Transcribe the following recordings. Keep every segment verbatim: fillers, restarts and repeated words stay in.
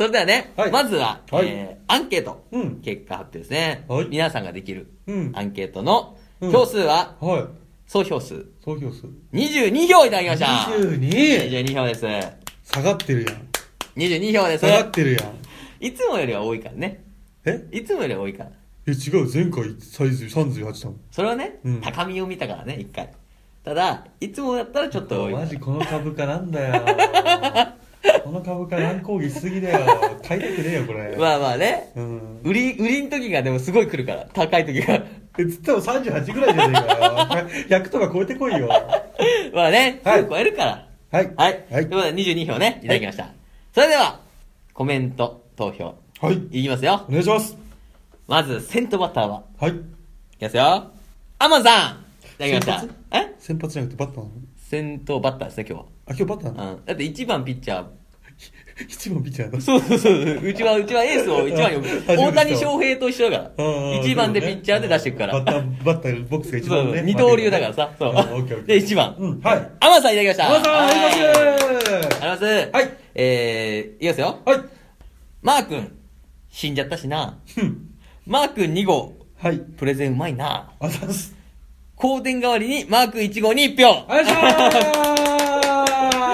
それではね、 はいまずは、 はいえー、アンケート、 うん、 結果発表ですね。 はい、 皆さんができる、 うん、 アンケートの票数は、 うん、はい、 総票数、 総票数にじゅうにひょういただきました。 にじゅうに?にじゅうにひょうです。 下がってるやん。 にじゅうにひょうです。 下がってるやん。 いつもよりは多いからね。 えいつもよりは多いから。 え、違う、前回サイズさんじゅうはちだもん。 それはね、うん、高みを見たからね、一回。ただ、いつもだったらちょっと多い。 マジこの株価なんだよ。この株価乱高下しすぎだよ。買いたくねえよ、これ。 まあまあね。 うん。 売り、売りん時がでもすごい来るから、高い時が。 え、つってもさんじゅうはちぐらいじゃねえかよ。ひゃくとか超えてこいよ。 まあね、はい、超えるから。 はい。 はい。はい。ということでにじゅうにひょうね、いただきました。はい、それでは、コメント、投票。 はい。 いきますよ。 お願いします。 まず、先頭バッターは。 はい。いきますよ。アマンさんいただきました。 え先発じゃなくてバッターなの？ 先頭バッターですね、今日は。 あ、今日バッターなの？ うん。だっていちばんピッチャー。 いちばんピッチャーなの？ そうそうそう。うちは、うちはエースをいちばんに置く。大谷翔平と一緒だから。いちばんでピッチャーで出していくから。 バッター、バッター、ボックスがいちばんね。 二刀流だからさ。そう。で、いちばん。 うん。はい。 アマンさんいただきました。 アマンさん、ありがとうございます。ありがとうございます。はい。えー、いきますよ。 はい。 マー君、死んじゃったしな。 うん。 マー君に号。 はい。 プレゼンうまいな。 あざっす。 香典代わりにマー君いち号にいち票。 ありがとうございます。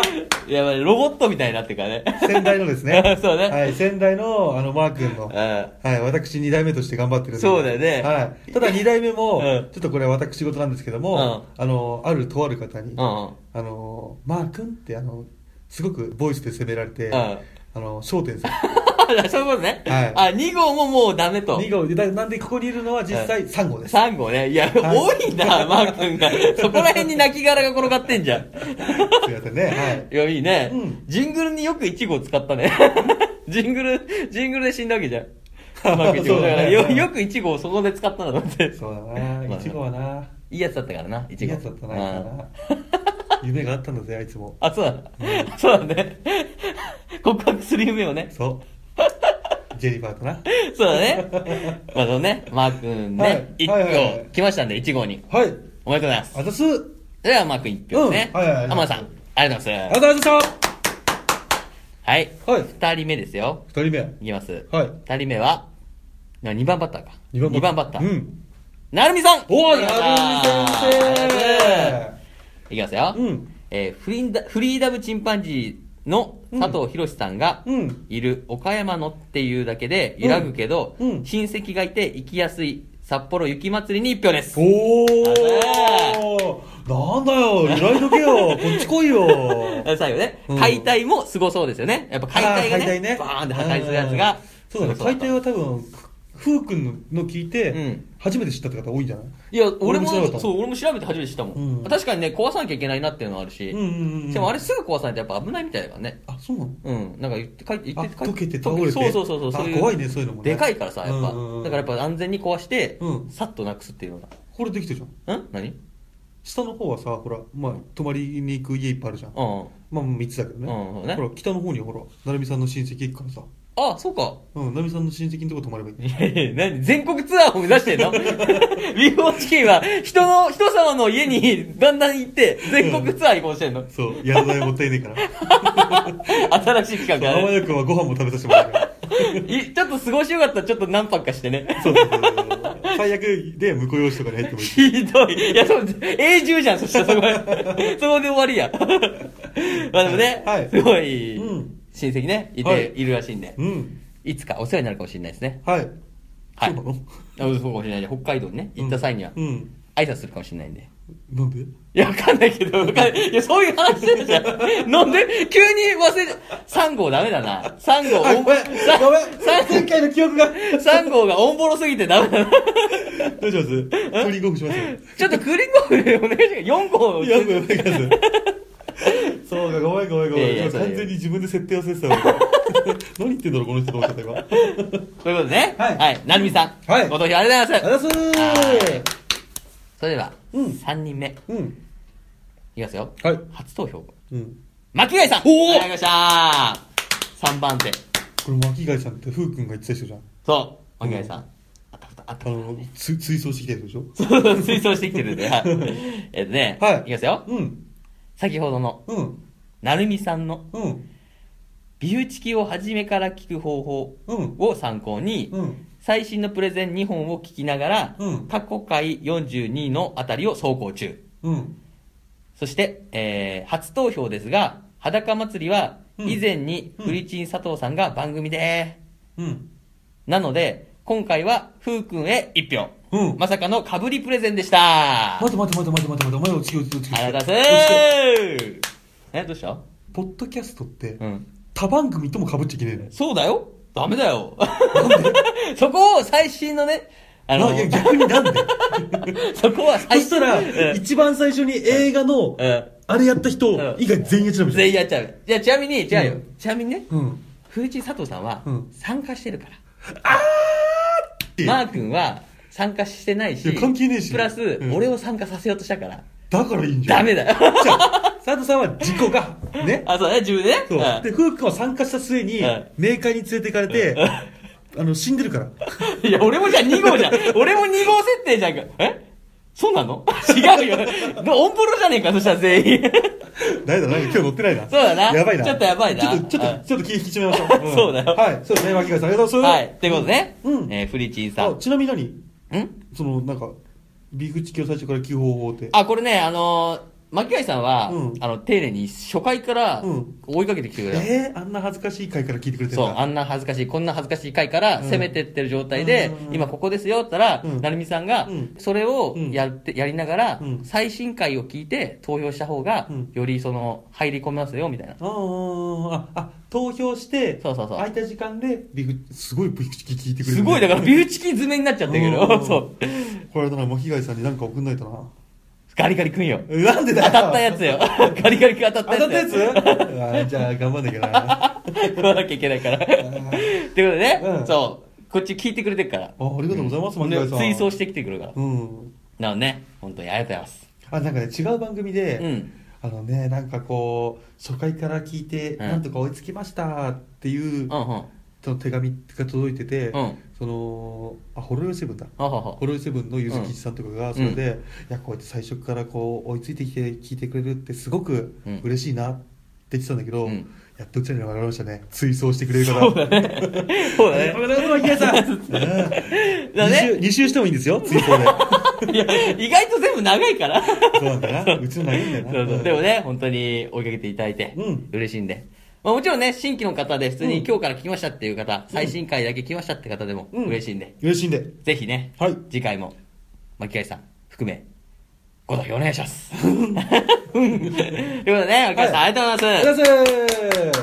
いや、ロボットみたいになってるからね。 先代のですね。 そうね。 はい、先代の、あの、マー君の。はい、私に代目として頑張ってるんで。 そうだよね。 はい。ただに代目も、ちょっとこれ私事なんですけども、あの、あるとある方に、あの、マー君ってあの、すごくボイスで責められて、あの、焦点さん。 そういうことね。 はい。 あ、に号ももうダメと。 に号。なんでここにいるのは実際さん号です。 さん号ね。いや、多いな、マー君が。そこら辺に亡き殻が転がってんじゃん。 すいませんね。はい。 いや、いいね。ジングルによくいち号使ったね。ジングル、ジングルで死んだわけじゃん。マー君いち号だからよ、よくいち号そこで使ったんだと思って。 そうだな。いち号はな。 いいやつだったからな、いち号。 いいやつだったな。夢があったんだぜ、あいつも。 あ、そうだ。そうだね。告白する夢をね。 そう。ジェニファーとな。 そうだね。まあのね、マー君ね、いっ票来ましたんで、いち号に。 はい。 おめでとうございます。 あざす。 では、マー君いち票ですね。 はいはい。 アマンさん、ありがとうございます。 ありがとうございました。 はい。はい。二人目ですよ。 二人目。 いきます。 はい。 二人目は、にばんバッターか。 にばんバッター。 うん。 なるみさんおー、なるみ先生いきますよ。うん。えー、フリーダ、フリーダムチンパンジーの佐藤博さんがいる岡山のっていうだけで揺らぐけど、うんうん、親戚がいて行きやすい札幌雪まつりに一票です。 おー、なんだよ、揺らいどけよ、こっち来いよ。 最後ね、うん、解体もすごそうですよね。やっぱ解体がね、解体ねバーンって破壊するやつが。 そうだね、解体は多分、ふうくんの聞いて、初めて知ったって方多いんじゃない？ いや、俺も、そう、俺も調べて初めて知ったもん。確かにね、壊さなきゃいけないなっていうのはあるし、でもあれすぐ壊さないとやっぱ危ないみたいだからね。 あ、そうなの？ うん。なんか言って、言って、 溶けて倒れて。 そうそうそうそう。 怖いね、そういうのもね。でかいからさ、やっぱ。だからやっぱ安全に壊して、さっとなくすっていうのが。 これできてるじゃん。 ん？何？ 下の方はさ、ほら、まあ、泊まりに行く家いっぱいあるじゃん。まあ、みっつだけどね。ほら、北の方にほら、なるみさんの親戚行くからさ。 あ、そうか。 うん、ナミさんの親戚のとこ泊まればいい。 いやいや、何全国ツアーを目指してんのビーフォーチキンは、人の、人様の家にだんだん行って、全国ツアー行こうしてんの、うん、 そう、宿代もったいねえから。 新しい企画だね。 浜谷くんはご飯も食べさせてもらうから。 ちょっと過ごしよかったらちょっと何泊かしてね。 そうそうそうそう。最悪で婿養子とかに入ってもいい。 ひどい。いや、そう、永住じゃん、そしたらそこで。そこで終わりや。まあでもね、はい、すごい、親戚ね、いて、はい、いるらしいんで。うん。いつかお世話になるかもしれないですね。 はい。 はい。 そうなの？ そうかもしれない。北海道にね、行った際には、挨拶するかもしれないんで。 なんで？ いや、わかんないけど、わかんない。いや、そういう話してるじゃん。なんで急に忘れて、さん号ダメだな。さん号、 ごめん、ごめん。前回の記憶が。 さん号がオンボロすぎてダメだな。 どうします？クーリングオフしますよ。 ちょっとクーリングオフでお願いします。よん号。 よん号お願いします。そうか、ごめんごめんごめん。完全に自分で設定忘れてたわ。何言ってんだろう、この人と思っちゃった今。 ということでね。はい。はい。なるみさん。 はい。 ご投票ありがとうございます。 ありがとうございます。 それでは、うん、さんにんめ。うん。いきますよ。 はい。 初投票。 うん。 巻貝さん。 おー。 ありがとうございました。さんばん手。これ巻貝さんってふうくんが言ってた人じゃん。 そう。巻貝さん。あったあったあった。 あの、追走してきたやつでしょ？ そう、追走してきてるんで。えっとね。 はい。 いきますよ。 うん。 先ほどの。 うん。 なるみさんの。 うん。 ビフチキを初めから聞く方法を参考に、うん、最新のプレゼンにほんを聞きながら、うん、過去回よんじゅうにのあたりを走行中。うん、そして、えー、初投票ですが、裸祭りは以前にフリチン佐藤さんが番組で、うん、なので、今回はふうくんへ一票。うん、まさかの被りプレゼンでした。 待て待て待て待て待て待て、お前をつけようつけようつけよう。 ありがとうございます。え、どうした？ ポッドキャストって、うん、他番組とも被っちゃいけないの？ そうだよ。ダメだよ。なんでそこを最新のね、 あの、いや逆になんでそこは最新。そしたら、うん、一番最初に映画の、うん、あれやった人以外全員やっちゃうじゃん。 全員やっちゃう。じゃあちなみに、違うよ。うん、ちなみにね、うん、藤井佐藤さんは、参加してるから。 あーって。 マー君は参加してないし、 いや関係ねえし。 プラス、うん、俺を参加させようとしたから。 だからいいんじゃん。 ダメだよ。 じゃあ、佐藤さんは自己が、ね。 あ、そうね、自分でね。 そう。うん、で、フー君は参加した末に、うん、メーカーに連れて行かれて、うん、あの、死んでるから。 いや、俺もじゃあに号じゃん。俺もに号設定じゃんか。えそうなの違うよ。オンボロじゃねえか、そしたら全員。 誰だ、なんか今日乗ってないな。 そうだな。 やばいな。 ちょっとやばいな。 ちょっと、ちょっと、ちょっと気引き締めましょう。 うん、そうだよ。 はい。そうですね、脇川さん。ありがとうございます。 はい。ってことね。うん。えー、フリチンさん。 あ、ちなみに何んその、なんか、ビーフチキを最初から聞く方法って。 あ、これね、あのー、巻貝さんは、うん、あの、丁寧に初回から追いかけてきてくれた、うん、 えー、あんな恥ずかしい回から聞いてくれてるんだ。 そう、あんな恥ずかしい、こんな恥ずかしい回から攻めてってる状態で、うん、今ここですよって言ったら、うん、なるみさんが、うん、それをやって、やりながら、うん、最新回を聞いて投票した方が、うん、よりその、入り込みますよ、みたいな。ああ、あ、投票して、そうそうそう。空いた時間で、ビフ、すごいビフチキ聞いてくれる、ね。 すごい、だからビフチキ詰めになっちゃってるけど、そう。 これだな、もう被害さんに何か送んないとな。 ガリガリくんよ。 なんでだよ。 当たったやつよ。ガリガリくん当たったやつ。 当たったやつあじゃあ頑張んなきゃな。 食わなきゃいけないから。ってことでね、うん、そう、こっち聞いてくれてるから。あ、 ありがとうございます、マキガイさん。 追走してきてくるから。うん。なのね、本当にありがとうございます。 あ、なんかね、違う番組で、うん、あのね、なんかこう、初回から聞いて、うん、なんとか追いつきましたっていう、うんうんその手紙が届いてて、うん、そのあホロヨイセブンだホロヨイセブンのゆずきちさんとかがそれで、うん、いやこうやって最初からこう追いついてきて聞いてくれるってすごく嬉しいなって言ってたんだけど、うん、やっとうちらに分かりましたね。追走してくれるから。 そうだね。そうだね。 おめでとうございます、さん。だね。に周してもいいんですよ、追走で。いや、意外と全部長いから。 そうなんだな。うちの長いんだよな。 そうそう。でもね、本当に追いかけていただいて、嬉しいんで。まあ、もちろんね、新規の方で普通に今日から聞きましたっていう方、うん、最新回だけ聞きましたって方でも嬉しいんで。 うん、嬉しいんで。 ぜひね、はい、次回も、巻貝さん含め、ご投票お願いします。ということでね、巻貝さん、はい、ありがとうございます。 ありがとうございます。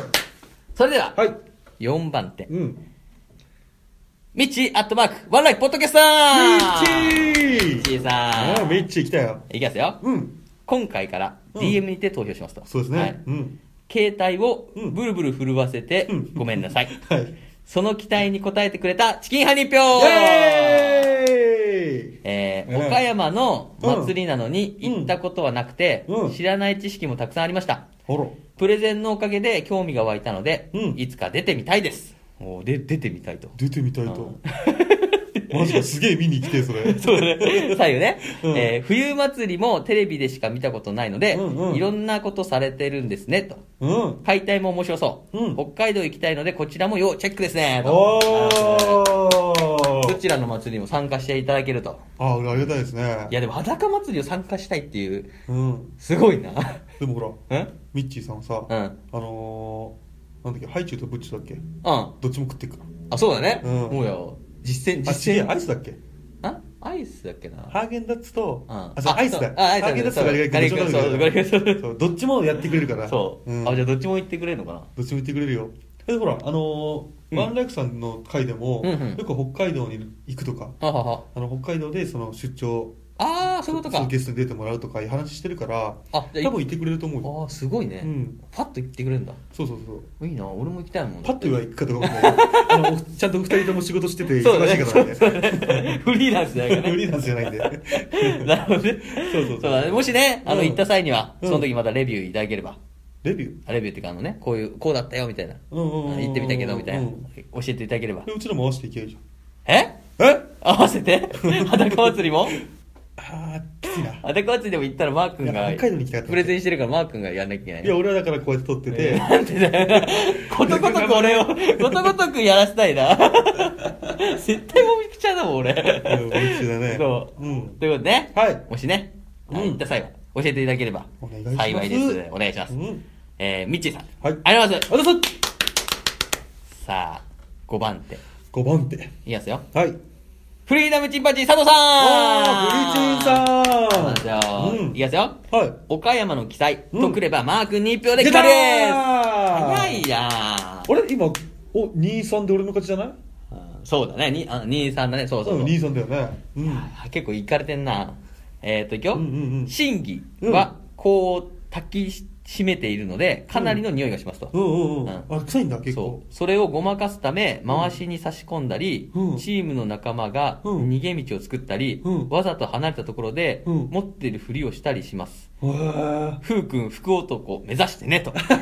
それでは、はい、よんばん手。うん、ミッチーアットマーク、ワンライフポッドキャスターミッチーミッチーさん。 あ、ミッチー来たよ。 いきますよ。うん、今回から ディーエム にて投票しますと。 うん、そうですね。はい、うん携帯をブルブル震わせてごめんなさい、うんはい、その期待に応えてくれたチキンハニー票イエーイ、えー、岡山の祭りなのに行ったことはなくて、うん、知らない知識もたくさんありました、うん、プレゼンのおかげで興味が湧いたので、うん、いつか出てみたいです。おで出てみたいと出てみたいとマジかすげえ見に来てそれそうね最後ね、うんえー、冬祭りもテレビでしか見たことないので、うんうん、いろんなことされてるんですねと、うん、解体も面白そう、うん、北海道行きたいのでこちらも要チェックですねとおーどちらの祭りにも参加していただけるとあありがたいですね。 いやでも裸祭りを参加したいっていう、うん、すごいなでもほらミッチーさんさ、うん、あのー、なんだっけハイチュウとブッチだっけ、うん、どっちも食っていくからあそうだね、うん、もうや実践実践アイスだっけあアイスだっけなハーゲンダッツと、 うん、 あ、そうアイスだあアイスハーゲンダッツとガリガリ君そうどっちもやってくれるからそう、うん、あじゃあどっちも言ってくれるのかなどっちも言ってくれるよでほらあのー、ワンライフさんの回でも、うんうん、よく北海道に行くとか、はははあの北海道でその出張ああそういうことかゲストに出てもらうとかいう話してるからあ多分言ってくれると思うよ。 ああすごいね、うん、パッと言ってくれるんだ。 そうそうそういいな俺も行きたいもん。 パッとは行くかどうかあのちゃんとふたりとも仕事してて忙しいからねそうねねフリーランスじゃないからねフリーランスじゃないんでなるほどねそうそうそうそうだねもしねあの、うん、行った際にはその時またレビューいただければ、 レビューレビューっていうかあのねこういうこうだったよみたいな、うんうんうん、行ってみたけどみたいな、うん、教えていただければうちらも合わせていけばいいじゃん。 ええ合わせて裸祭りもあーついな。 あたこついでも行ったらマー君が北海道に来たかったプレゼンしてるからマー君がやんなきゃいけない。 いや俺はだからこうやって撮ってて、 なんでだよ。ことごとく俺をことごとくやらせたいな。絶対もみくちゃだもん俺。 もみくちゃだね。 そう、うん、ということでね、はい、もしね、うん、行った際は教えていただければ幸いです。お願いします。うん、えー、ミッチーさん、はい、ありがとうございます。さあごばん手。 ごばん手。 いきますよ。 はい。 フリーダムチンパンジー佐藤さん。 あー、フリチンさん。 そうなんですよ。うん、いきますよ。はい。岡山の記載とくれば、うん、マー君にいっぴょうで決まりです。早いやん。 あれ今、お、にさんで俺の勝ちじゃない？ そうだね。に、あ、にさんだね。そうそうそう。 にさんだよね。うん。 結構いかれてんな。えーっと、いくよ。うんうんうん。真偽は、こう、炊き締めているので、かなりの匂いがしますと。 うんうんうん。あ、臭いんだ、結構。 そう。それをごまかすため、回しに差し込んだり、うん、チームの仲間が逃げ道を作ったり、うん、わざと離れたところで、うん、持ってるふりをしたりします。ふうくん、福男目指してね、と。すごい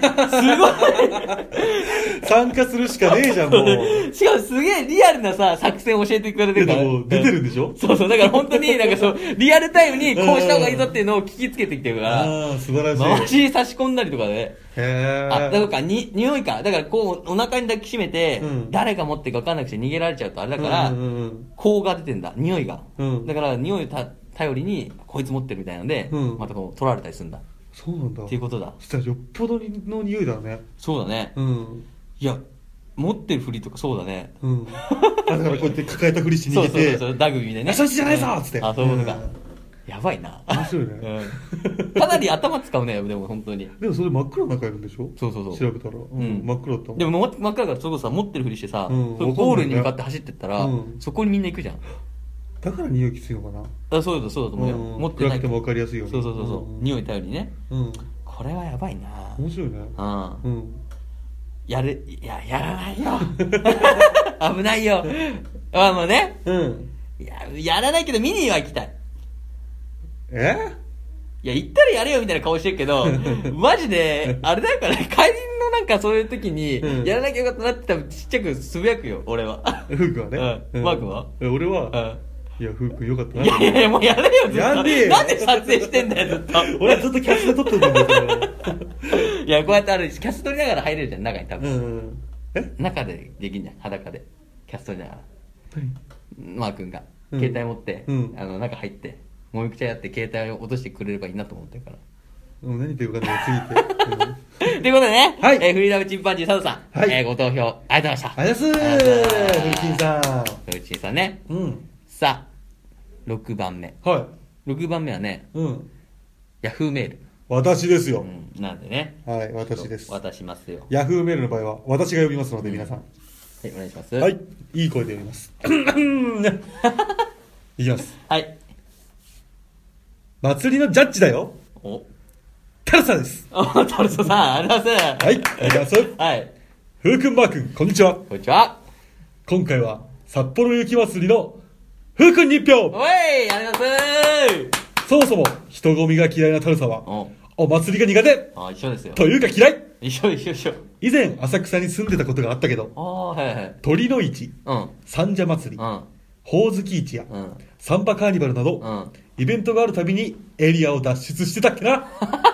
参加するしかねえじゃん、もう。 しかもすげえリアルなさ、作戦教えてくれてるから。 出てるんでしょ？ そうそう。だから本当になんかそう、リアルタイムにこうした方がいいぞっていうのを聞きつけてきてるから。 ああ、素晴らしい。 回し差し込んだりとかで。 へあ、だからに、匂いか。だからこう、お腹に抱きしめて、うん、誰が持ってるか分かんなくて逃げられちゃうとあれだから、うんうんうん、香が出てんだ。匂いが。うん、だから匂いをた頼りに、こいつ持ってるみたいなので、うん、またこう、取られたりするんだ。 そうなんだ。 っていうことだ。 そしたらよっぽどの匂いだね。 そうだね。うん。いや、持ってるふりとかそうだね。 うん。だからこうやって抱えたふりして逃げて。 そうそうそう、ダグビでね。 あ、そいつじゃないぞっつって。 あ、そういうことか。やばいな。 面白いね。 うん。かなり頭使うね、でも本当に。 でもそれ真っ暗な中いるんでしょ？ そうそうそう。 調べたら。うん。真っ暗だったもん。 でも真っ暗からそこさ、持ってるふりしてさ、ゴールに向かって走ってったら、そこにみんな行くじゃん。 だから匂いきついのかな。 あ、そうだそうだと思うよ。持ってない。 暗くても分かりやすいように。 そうそうそうそう。匂い頼りにね。うん。これはやばいな。 面白いね。 うん。うん。やる、いや、やらないよ。危ないよ。あ、もうね。うん。や、やらないけど見には行きたい。 え？ いや、行ったらやれよみたいな顔してるけど、マジで、あれだから、帰りのなんかそういう時に、やらなきゃよかったなって多分ちっちゃくつぶやくよ、俺は。 フー君はね。 うん。マー君は？ 俺は、いや、フー君よかったな。 いやいや、もうやれよ、ずっと。 やんねえよ。 なんで撮影してんだよ、ずっと。 俺はずっとキャスで撮ってたんだよ。 いや、こうやってある、キャス撮りながら入れるじゃん、中に多分。え？中でできんじゃん、裸で。キャス撮りながら。マー君が、携帯持って、あの、中入って。もみくちゃやって携帯を落としてくれればいいなと思ってるから。 もう何言ってるかんないすぎて。ということでね、はい、えー、フリーダムチンパンジー佐藤さん、はい、えー、ご投票ありがとうございました。 ありがとうございます。フルチンさん。 フルチンさんね。うん。さあ、ろくばんめ。はい。ろくばんめはね、うん。ヤフーメール。 私ですよ。 うん。なんでね。 はい、私です。 渡しますよ。 ヤフーメールの場合は、私が呼びますので、皆さん。はい、 お願いします。 はい、いい声で呼びます。いきます。 はい。 祭りのジャッジだよ。お、タルサです。 お、タルサさん、ありがとうございます。 はい、ありがとうございます。はい。ふうくんばあくん、こんにちは。 こんにちは。 今回は、札幌雪まつりの、ふうくんに一票。 おい、ありがとうございます。 そもそも、人混みが嫌いなタルサは、お、お祭りが苦手。 あ、一緒ですよ。 というか嫌い。 一緒一緒一緒。 以前、浅草に住んでたことがあったけど、 あ、はいはい。 鳥の市、うん、三社祭り、うん、ほおずき市や、うん、サンバカーニバルなど、うん、イベントがあるたびにエリアを脱出してたっけな。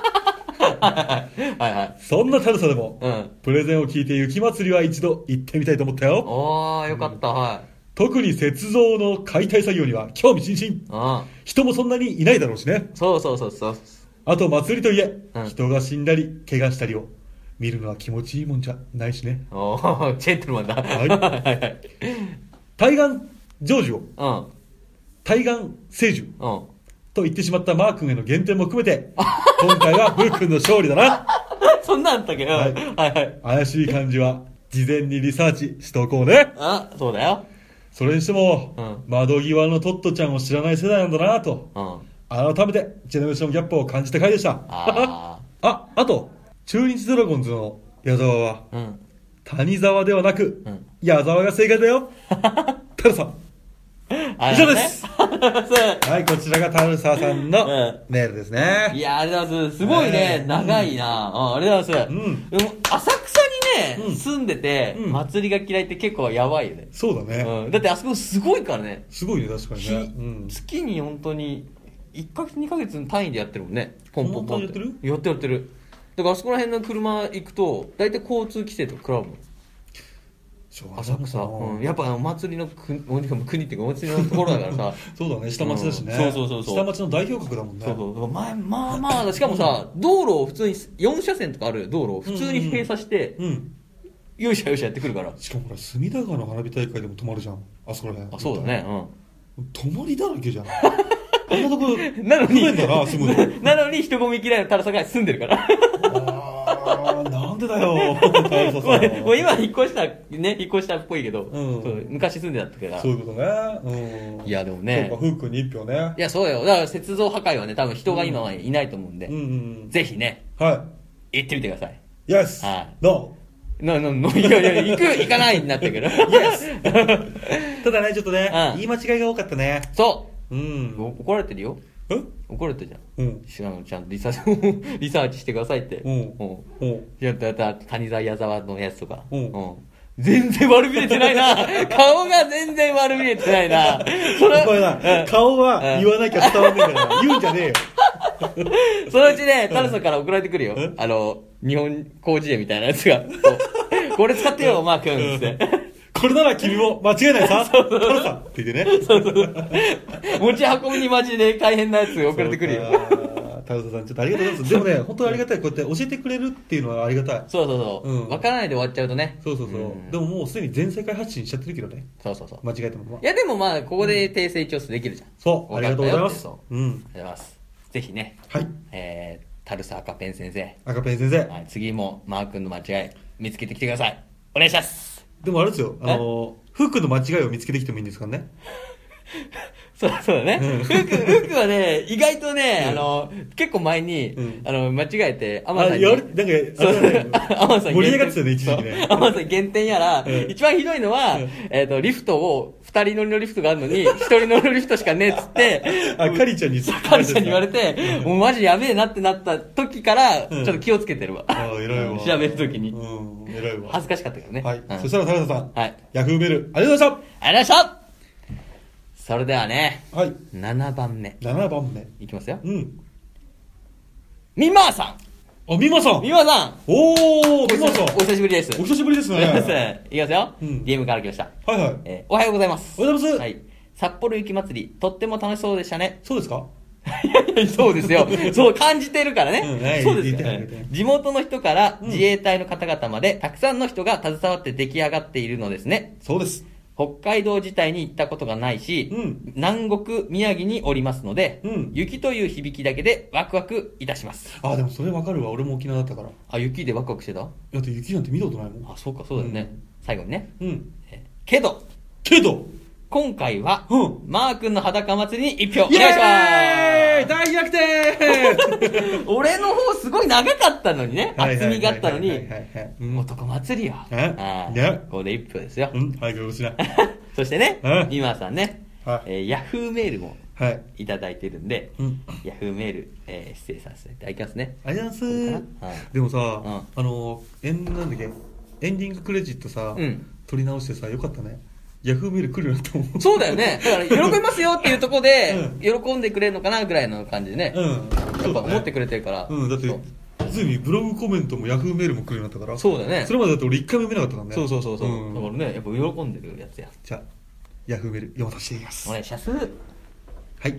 はいはい。そんなタルサでも、うん、プレゼンを聞いて雪まつりは一度行ってみたいと思ったよ。 おー、よかった、うん、はい。 特に雪像の解体作業には興味津々。人もそんなにいないだろうしね。 そうそうそうそう。 あと祭りといえ、うん、人が死んだり怪我したりを見るのは気持ちいいもんじゃないしね。 おー、チェントルマンだ。はい。はいはい。 対岸成就を、うん、対岸成就、うん、と言ってしまったマー君への減点も含めて、今回はフー君の勝利だな。 そんなんあったっけ、はい、はいはい。 怪しい感じは事前にリサーチしておこうね。 あ、そうだよ。 それにしても、うん、窓際のトットちゃんを知らない世代なんだなと、うん、改めてジェネレーションギャップを感じた回でした。ああ、あと中日ドラゴンズの矢沢は、うん、谷沢ではなく、うん、矢沢が正解だよ。タルサ以上です。はい、こちらがタルサさんのメールですね。 いや、ありがとうございます。すごいね、長いな。あ、ありがとうございます。うん。でも、浅草にね、住んでて、祭りが嫌いって結構やばいよね。 そうだね。 だってあそこすごいからね。 すごいね、確かにね。 月に本当に、 いっかげつにかげつの単位でやってるもんね。ポンポンポンって。 やってるやってるやってる。だからあそこら辺の車行くと大体交通規制とか食らうもん。浅草、うん、やっぱお祭りの国、国っていうかお祭りのところだからさそうだね、下町だしね、 うん、そうそうそうそう、 下町の代表格だもんね。 そうそう、まあまあまあしかもさ、うん、道路を普通によん車線とかある道路を普通に閉鎖して、うんうん、よいしょよいしょやってくるから。 しかもほら隅田川の花火大会でも止まるじゃん、あそこら辺。 あ、そうだね、 うん、止まりだらけじゃんあんなとこなのに不便だな、住むのなのに人混み嫌いのタラサが住んでるからあー、なんでだよもう今引っ越したね、引っ越したっぽいけど、うん、そう昔住んでたってから。 そういうことね、うん、いやでもね、 そうか、フックに一票ね。 いやそうよ、だから雪像破壊はね多分人が今はいないと思うんで、うんうんうん、ぜひね、 はい、 行ってみてください。 イエス、はい、ノーな、な、な、いやいや、行く、行かないになったけど。イエスただね、ちょっとね、うん、言い間違いが多かったね。 そう、うん、怒られてるよ。 え怒られてるじゃん。うん。知らん、ちゃんとリサーチ、リサーチしてくださいって。うん。うん。やったやった、谷沢矢沢のやつとか。うん。うん。全然悪びれてないな。顔が全然悪びれてないな。 それこれな、うん、顔は言わなきゃ伝わんねえから、言うんじゃねえよ。 そのうちね、タルソから送られてくるよ。あの、日本広辞苑みたいなやつが。これ使ってよ、マー君って。 これなら君も間違いないさ。タルさんって言ってね。そうそうそう。 持ち運びにマジで大変なやつ送られてくるよ。 タルさん、ちょっとありがとうございます。でもね、本当にありがたい。こうやって教えてくれるっていうのはありがたい。 そうそうそう。うん。わからないで終わっちゃうとね。 そうそうそう。うん、でももうすでに全世界発信しちゃってるけどね。 そうそうそう。 間違えたまま。 いやでもまあ、ここで訂正調整できるじゃん。 そう。ありがとうございます。 うん。ありがとうございます。ぜひね。 はい。 えー、タルサ赤ペン先生。 赤ペン先生。 はい。次もマー君の間違い見つけてきてください。お願いします。 でもあれですよ。あの、フックの間違いを見つけてきてもいいんですからね。 そうそうだね。フック、フックはね、意外とね、あの、結構前に、あの、間違えて、アマさんに。 あ、なんか、アマさん盛り上がってたよね、一時期ね。 アマさん減点やら、一番ひどいのは、えっと、リフトを、二人乗りのリフトがあるのに、一人乗りのリフトしかねえっつって、 あ、カリちゃんにカリちゃんに言われて、もうマジやべえなってなった時から、ちょっと気をつけてるわ。 あ、偉いわ。 調べる時に。 うん、偉いわ。 恥ずかしかったけどね。 はい。そしたら、田中さん。はい。ヤフーメール、ありがとうございました。 ありがとうございましたそれではね、 はい。 ななばんめ。 ななばんめ。 いきますよ。 うん。 みまさん。 あ、みまさん。 みまさん。 おー、みまさん。 お久しぶりです。 お久しぶりですね。 いきますよ。うん、ディーエム から来ました。 はいはい。 えー、おはようございます。 おはようございます。 はい。札幌雪まつり、とっても楽しそうでしたね。 そうですかいやいや、そうですよ。そう感じてるからね。うん、はい、そうですよ、ね。地元の人から自衛隊の方々まで、たくさんの人が携わって出来上がっているのですね。 そうです。 北海道自体に行ったことがないし、うん、南国宮城におりますので、うん、雪という響きだけでワクワクいたします。 あ、でもそれわかるわ。俺も沖縄だったから。 あ、雪でワクワクしてた？ だって雪なんて見たことないもん。 あ、そうか、そうだよね。うん、最後にね。 うん。 えけど、 けど、 今回は、うん、マー君の裸祭りに一票お願いします。大逆転俺の方すごい長かったのにね。厚みがあったのに、男祭りよ。 あね。ここで一票ですよ。 うん、はい、よろしいな。 そしてね、今さんね、えー、ヤフーメールもいただいてるんで、はい、ヤフーメール、えー、失礼させていただきますね。 ありがとうございます。でもさ、うん、あの、エン、なんだっけ、エンディングクレジットさ、うん、取り直してさ、よかったね。ヤフーメール来るなと思う。 そうだよね。だから、喜びますよっていうところで、うん、喜んでくれるのかなぐらいの感じでね。うん。やっぱ思ってくれてるから。 うん、だって、ついにブログコメントもヤフーメールも来るようになったから。 そうだね。 それまでだって俺一回も読めなかったからね。 そうそうそうそう。うん、だからね、やっぱ喜んでるやつや。 じゃあ、ヤフーメール読まさせていただきます。 お願いします。 はい、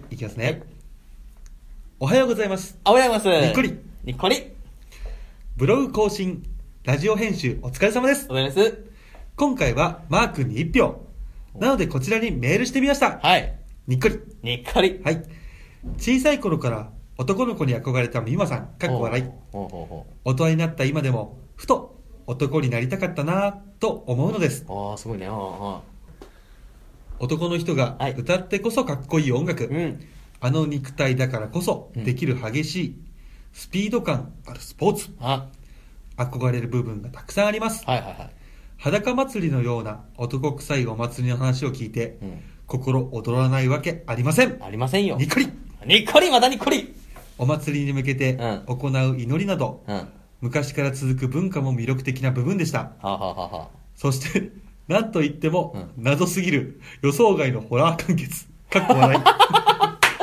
いきますね。はい、おはようございます。 おはようございます。 にっこり。 にっこり。 ブログ更新、ラジオ編集、お疲れ様です。 お疲れ様です。 今回はマー君に一票。なのでこちらにメールしてみました。 はい。 にっこり。 にっこり。 はい。小さい頃から男の子に憧れた美馬さん、かっこ笑い。大人になった今でも、ふと男になりたかったなぁと思うのです。 ああ、すごいね。ああ男の人が歌ってこそかっこいい音楽。はい、うん、あの肉体だからこそできる激しい、スピード感あるスポーツ。あ憧れる部分がたくさんあります。 はいはいはい。 裸祭りのような男臭いお祭りの話を聞いて、うん、心躍らないわけありません。 ありませんよ。 にっこり。 にっこり、またにっこり。 お祭りに向けて行う祈りなど、うん、昔から続く文化も魅力的な部分でした。 ははははそして何と言っても、うん、謎すぎる予想外のホラー完結。かっこ笑い。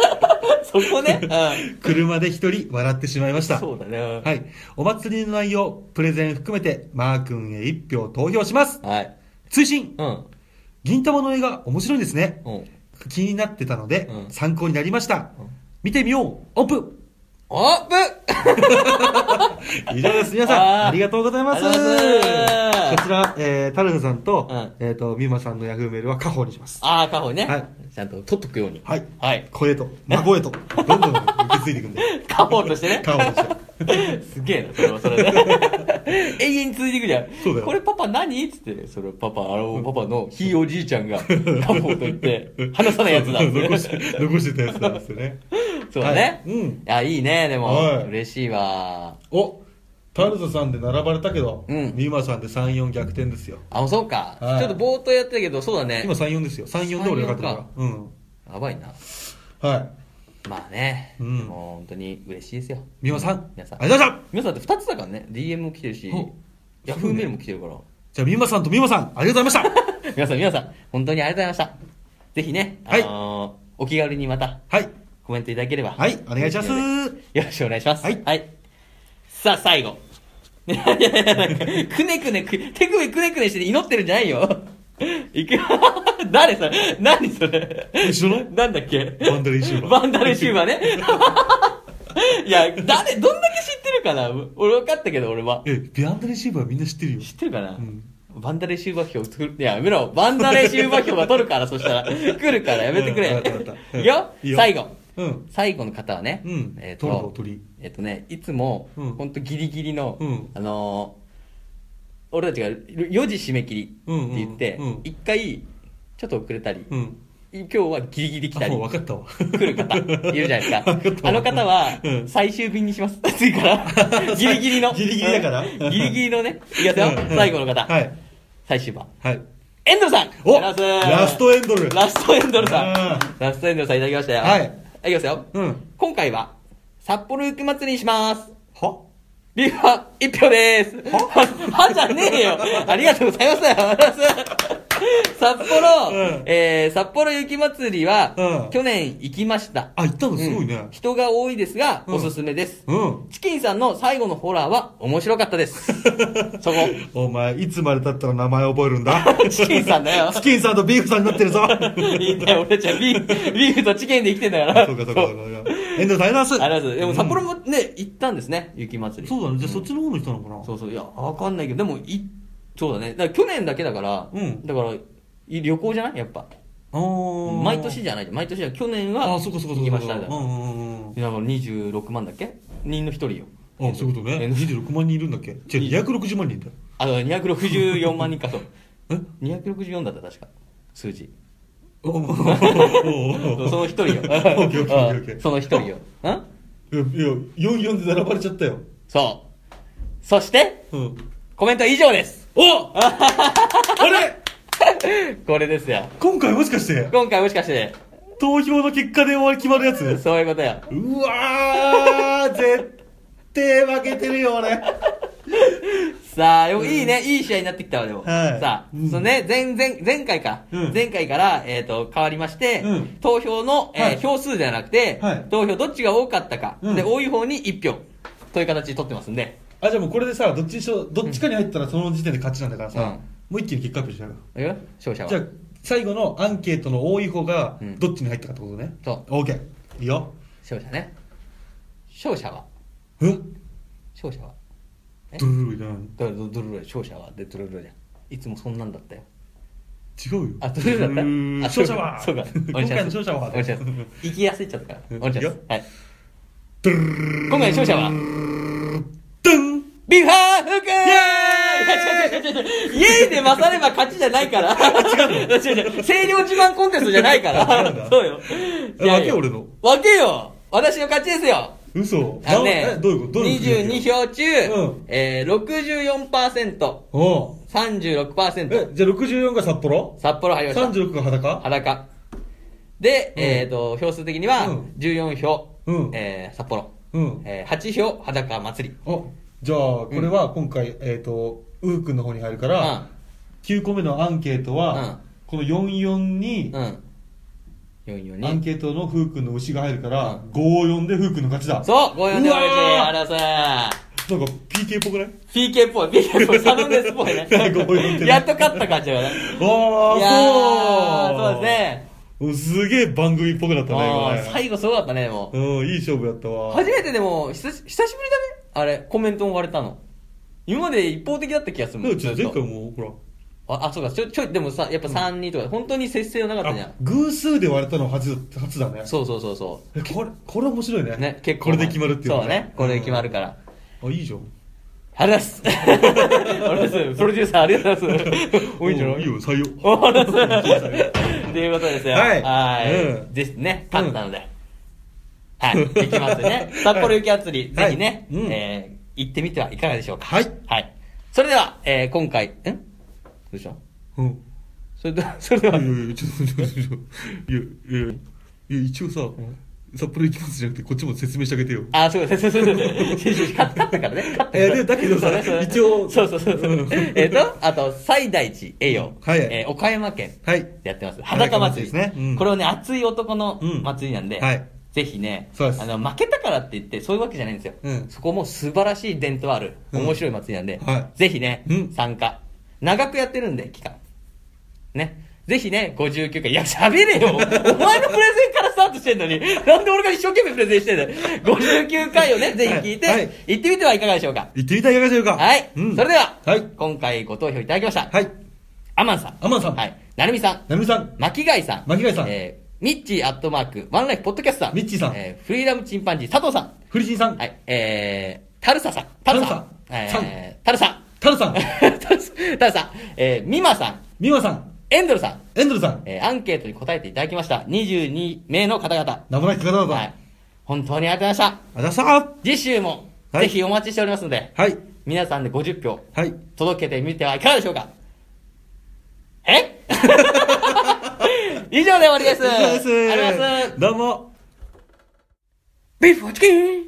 そこね、 うん、車で一人笑ってしまいました。 そうだね。 はい。お祭りの内容、プレゼン含めて、マー君へ一票投票します。 はい。 追伸。 うん。 銀玉の映画、面白いですね。うん。気になってたので、うん、参考になりました。うん、見てみよう。オープンオープン以上です。皆さん、ありがとうございます。こちら、えー、タルフさんと、うん、えっ、ー、と、ミマさんのヤフーメールは家宝にします。 ああ、家宝ね。はい。ちゃんと取っとくように。 はい。はい。声と、孫へと、どんどん受け継いでいくんで。 家宝としてね。 家宝として。 すげえな、それはそれで。永遠に続いていくじゃん。 そうだよ。 これパパ何っつって、それパパ、あの、パパのひいおじいちゃんが、家宝と言って、話さないやつだ。 残して、残してたやつなんですよね。 そうだね。 うん。いや、いいね、でも。嬉しいわ。 おタルトさんで並ばれたけど、うん。ミマさんでさんよん逆転ですよ。 あ、そうか。ちょっと冒頭やってたけど、そうだね。 今さんよんですよ。さんよんで俺よかったから。うん。 やばいな。 はい。 まあね。うん。もう本当に嬉しいですよ。 ミマさん。 皆さん。 ありがとうございましたミマさんってふたつだからね。ディーエム も来てるし、ヤフーメールも来てるから。 じゃあミマさんとミマさん、ありがとうございました。 皆さん、皆さん、本当にありがとうございました。ぜひね、あのー、お気軽にまた。 はい。 コメントいただければ。 はい、お願いします。よろしくお願いします。 はい。 はい。さあ、最後。いやいやいや、なんか、くねくねく、手首くねくねして祈ってるんじゃないよ。いくよ。誰それ何それ一緒のなんだっけバンダレーシューバー。 バンダレーシューバーね。いや、誰、どんだけ知ってるかな俺分かったけど、俺は。 え、バンダレーシューバーみんな知ってるよ。 知ってるかな、うん、バンダレーシューバー票作る。いや、やめろ。バンダレーシューバー票が取るから、そしたら。来るからやめてくれ。いくよ、最後。うん、最後の方はね、うん、えっ、ー、と、えっ、ー、とね、いつも、うん、ほんとギリギリの、うん、あのー、俺たちがよじ締め切りって言って、一、うん、回、ちょっと遅れたり、うん、今日はギリギリ来たり、 もう分かったわ。 来る方、いるじゃないですか。あの方は、最終便にします。次から。ギリギリの。 ギリギリだから。 ギリギリのね、いきますよ、最後の方。はい。最終版。 はい。 エンドルさんおラストエンドルラストエンドルさんラストエンドルさんいただきましたよ。 はい。 いきますよ。うん。今回は、札幌雪まつりにします。 はビーフは一票でーす。ははじゃねえよ。ありがとうございます。札幌、うん、えー、札幌雪まつりは、うん、去年行きました。 あ、行ったのすごいね、 うん。人が多いですが、うん、おすすめです。うん。チキンさんの最後のホラーは面白かったです。そこ。 お前、いつまで経ったら名前覚えるんだチキンさんだよ。 チキンさんとビーフさんになってるぞ。 いいんだよ、俺ちゃんビーフ、ビーフとチキンで生きてんだから。 そうか、そうか、そうか。エンドさん、ありがとうございます。 ありがとうございます。でも札幌もね、行ったんですね、雪まつり。 そうだね。じゃあそっちの方の人なのかな。 そうそう。いや、わかんないけど、でも、い、そうだね。だから去年だけだから、うん。だから、旅行じゃないやっぱ。毎年じゃない。毎年は去年は行きました。だからにじゅうろくまんだっけ人の一人よ。 ああ、そういうことね。にじゅうろくまん人いるんだっけ違う、にひゃくろくじゅうまん人だよ。 あ、にひゃくろくじゅうよんまん人か、そう。え ?にひゃくろくじゅうよんだった、確か。数字。その一人よ。その一人よ。んいや、 よんじゅうよんで並ばれちゃったよ。 そう。そして、うん、コメントは以上です。 おあれこれですよ。 今回もしかして今回もしかして投票の結果で終わり決まるやつそういうことや。 うわー絶対負けてるよ俺。 さあ、よいいね、いい試合になってきたわ、でも。はい、さあ、うん、そのね、前、前、前回か。うん、前回から、えっ、ー、と、変わりまして、うん、投票の、えーはい、票数ではなくて、はい、投票どっちが多かったか、うん、で、多い方にいち票。という形で取ってますんで。 あ、じゃあもうこれでさ、どっちにしろ、どっちかに入ったらその時点で勝ちなんだからさ、うん、もう一気に結果発表しちゃうよ。 え勝者は。 じゃあ、最後のアンケートの多い方が、どっちに入ったかってことね。 そう。 オーケー。いいよ。 勝者ね。勝者はえ勝者はドゥルルルじゃん。 ドゥルルル、勝者はでドゥルルルじゃん。いつもそんなんだったよ。 違うよ。 あ、ドゥルルルだった勝者はそうか。 今回の勝者はお願いします。行きやすいっちゃったから。お願いします。はい。今回の勝者はビファーフクーイエーイで勝れば勝ちじゃないから。違うの違う違う。声量自慢コンテストじゃないから。そうよ。 分けよ、俺の。 分けよ私の勝ちですよ嘘あのね、 どういうことどういうこと ?にじゅうに 票中、うん、えー、ろくじゅうよんパーセント。おさんじゅうろくパーセント。え、じゃあろくじゅうよんが札幌札幌入りました。 さんじゅうろくが裸裸。で、うん、えっ、ー、と、票数的には、じゅうよん票、うん、えー、札幌。うん、えー、はち票、裸祭り。 おじゃあ、これは今回、うん、えっ、ー、と、ウーくんの方に入るから、うん、きゅうこめのアンケートは、うん、このよんじゅうよんに、うん、 アンケートのふうくんの牛が入るから、うん、ごーよんでふうくんの勝ちだ。 そう !ごーよん で俺ち、ありがとうございます。 なんか ピーケー っぽくないピーケー っぽい、ピーケー っぽい、サドンデスっぽいね。やっと勝った感じだね。 わー、 いやー、そうですね。 すげえ番組っぽくなったね、今ね。 最後すごかったね、もう。うん、いい勝負やったわ。 初めてでも、久しぶりだね。あれ、コメントも割れたの。今まで一方的だった気がするもん。 前回も、ほら。 あ、あ、そうか、ちょ、ちょい、でもさ、やっぱさんにんとか、うん、本当に接戦はなかったじゃん。 偶数で割れたの初、初だね。 そうそうそうそう。 これ、これ面白いね。 ね、結構。 これで決まるっていうの、そうね、これで決まるから。 うん、あ、いいじゃん。 ありがとうございます。ありがとうございます。プロデューサーありがとうございます。多いんじゃない？ いいよ、採用。 ありがとうございます。ということですよ。 はい。 はい。うん、ですね。勝ったので。はい。行きますね。札幌雪祭り、ぜひね、えー、行ってみてはいかがでしょうか。 はい。 はい。それでは、えー、今回、んどうしたうん。 それでは、それでは。 いやいや、ちょっと、ちょっと、いや、いや、いや、一応さ、札幌行きますじゃなくて、こっちも説明してあげてよ。 あ、そうそうそうそう。勝ったからね。勝ったから。 え、だけどさ、一応。 そうそうそう。えっと、あと、西大寺栄養。 はい。 えー、岡山県。 はい。 でやってます。裸祭り。 ですね。 これをね、熱い男の祭りなんで。 はい。 ぜひね、 そうです。 あの、負けたからって言って、そういうわけじゃないんですよ。うん。そこも素晴らしい伝統ある、面白い祭りなんで。はい。ぜひね、参加。長くやってるんで、期間。ね。ぜひね、ごじゅうきゅうかい。いや、喋れよお前のプレゼンからスタートしてんのに、なんで俺が一生懸命プレゼンしてんだよ。ごじゅうきゅうかいをね、ぜひ聞いて、はい、行ってみてはいかがでしょうか。 行ってみてはいかがでしょうか。 はい。うん、それでは、 はい、 今回ご投票いただきました。 はい。 アマンさん。 アマンさん。 はい。なるみさん。 なるみさん。 巻貝さん。 巻貝さん。 えー、ミッチーアットマーク、ワンライフポッドキャスター。 ミッチーさん。 えー、フリーダムチンパンジー佐藤さん。 フリチンさん。 はい。えー、タルサさん。タルサ。えー、タルサ。 タルさん。 タルさん。えー、ミマさん。 ミマさん。 エンドルさん。 エンドルさん。 えー、アンケートに答えていただきました。にじゅうにめいの方々。 名もなき方々。 はい。本当にありがとうございました。 ありがとうございました。 次週も、ぜひお待ちしておりますので。 はい。 皆さんでごじゅっぴょう。 はい。 届けてみてはいかがでしょうか。え以上で終わりです。 以上です。 ありがとうございます。 どうも。 ビーフチキン。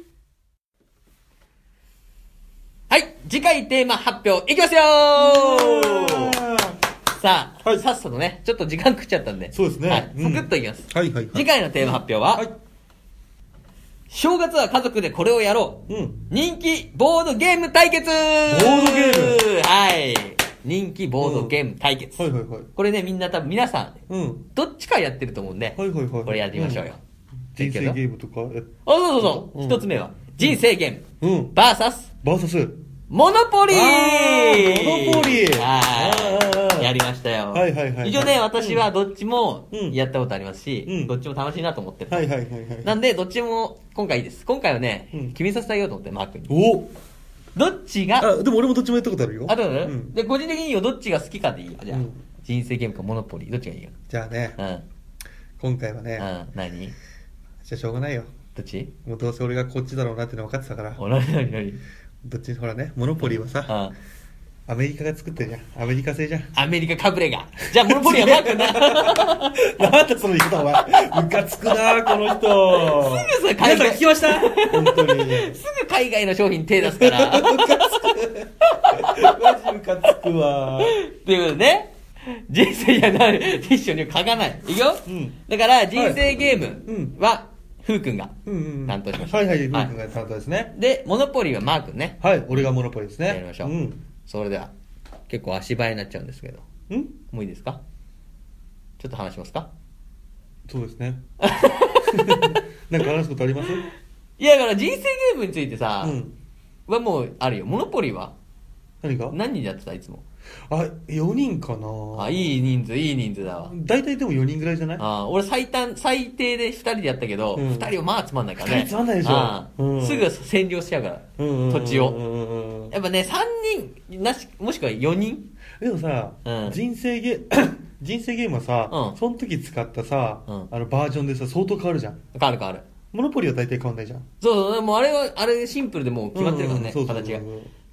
はい。次回テーマ発表いきますよー。さあ、はい、さっさとね、ちょっと時間食っちゃったんで。 そうですね。 はい。サクッといきます。 うん、はいはい、はい。 次回のテーマ発表は、はい、正月は家族でこれをやろう。うん、人気ボードゲーム対決。ボードゲームはい。人気ボードゲーム対決。 うん、はいはいはい。 これね、みんな多分皆さん、うん、どっちかやってると思うんで、 はいはいはい。 これやってみましょうよ。うん、 人生ゲームとかやっあ、そうそうそう。一、うん、つ目は、人生ゲーム。うん。バーサス。 バーサス。 モノポリーモノポリーはい。やりましたよ。 はいはいはい。 一応ね、私はどっちもやったことありますし、うん、どっちも楽しいなと思ってる。 はいはいはいはい。 なんで、どっちも今回いいです。今回はね、うん、決めさせてあげようと思って、マー君に。 おどっちが、 あ、でも俺もどっちもやったことあるよ。 あ、どうだ、うん、で、個人的にいいよ。どっちが好きかでいいよ。じゃあ、うん、人生ゲームかモノポリー。どっちがいいよ。 じゃあね、うん。今回はね、 うん、何じゃあしょうがないよ。 どっちもうどうせ俺がこっちだろうなっての分かってたから。 お、なになになにどっちほらね、モノポリーはさ、ああアメリカが作ってるじゃん。アメリカ製じゃん。 アメリカかぶれが。じゃあモノポリーはマー君だ。 なんだその言い方お前。ムカつくなこの人。 すぐさ、海外。 聞きました本当に。 すぐ海外の商品手出すから。 ムカつく。マジムカつくわ。 っていうことでね。人生やな、一緒に書かない。いくよ、うん、だから人生ゲームは、ふうくんが担当しました。 はいはい、ふうくんが担当ですね。 で、モノポリーはマーくんね。 はい、俺がモノポリーですね。 やりましょう。うん、それでは、結構足早になっちゃうんですけど。んもういいですか？ちょっと話しますか？ そうですね。なんか話すことあります？ いや、だから人生ゲームについてさ、うん、はもうあるよ。モノポリーは何が？ 何人でやってたいつも。 あ、よにんかなあ、いい人数、いい人数だわ。 大体でもよにんぐらいじゃない？ あ、俺最短、最低でふたりでやったけど、うん、ふたりはまあつまんないからね。 ふたりつまんないでしょ。 あ、うん、すぐ占領しちゃうから、うん、土地を。やっぱね、さんにん、なし、もしくはよにん？ でもさ、うん、人生ゲ、人生ゲームはさ、うん、その時使ったさ、うん、あのバージョンでさ、相当変わるじゃん。 変わる変わる。 モノポリは大体変わんないじゃん。 そうそう、もうあれは、あれシンプルでもう決まってるからね、形が。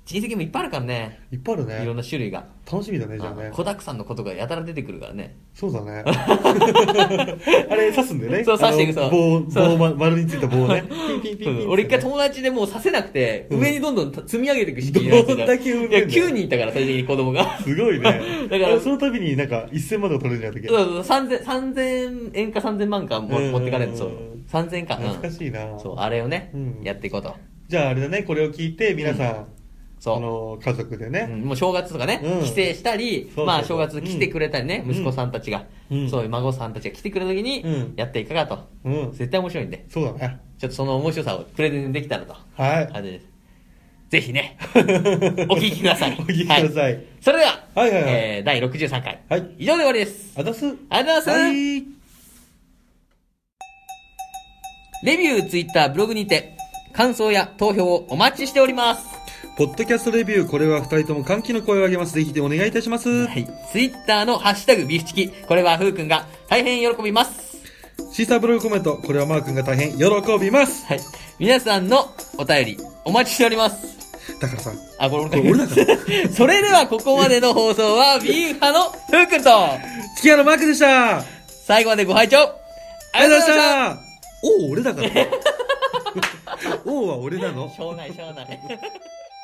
親戚もいっぱいあるからね。 いっぱいあるね。 いろんな種類が。 楽しみだね、じゃあね。 子だくさんのことがやたら出てくるからね。 そうだね。あれ刺すんだよね。 そう、刺していく、そう。 棒、棒、丸についた棒ね。 ピンピンピンピン。俺一回友達でもう刺せなくて、上にどんどん積み上げていく式になってた。どんだけ産んでんの？ いや、きゅうにんいたから、最終的に子供が。 すごいね。だから、その度になんかせんまんとか取れるんじゃなそうそう、さんぜん、さんぜんえんかさんぜんまんか持ってかれるんですよ。さんぜんえんか。 懐かしいな。 そう、あれをね、やっていこうと。 じゃああれだね、これを聞いて皆さん、そう。あの、家族でね。 もう正月とかね、帰省したり、まあ正月来てくれたりね、息子さんたちが、そういう孫さんたちが来てくれた時に、やっていかがと。絶対面白いんで。 そうだね。 ちょっとその面白さをプレゼンできたらと。 はい。 感じです。ぜひね、お聞きください。 お聞きください。 それでは、 はいはいはい。 えだいろくじゅうさんかい。 はい。 以上で終わりです。 あざす。 ありがとうございます。レビュー、ツイッター、ブログにて、感想や投票をお待ちしております。 ポッドキャストレビュー、これは二人とも歓喜の声を上げます。ぜひでお願いいたします。 はい。ツイッターのハッシュタグビフチキ、これはふうくんが大変喜びます。 シーサーブログコメント、これはマーくんが大変喜びます。 はい。皆さんのお便り、お待ちしております。 だからさ。 あ、これ俺だから。それではここまでの放送は、ビーフ派のふうくんと、 月夜のマークでした。 最後までご拝聴ありがとうございました。おお、俺だから。おおは俺なの？ しょうないしょうない。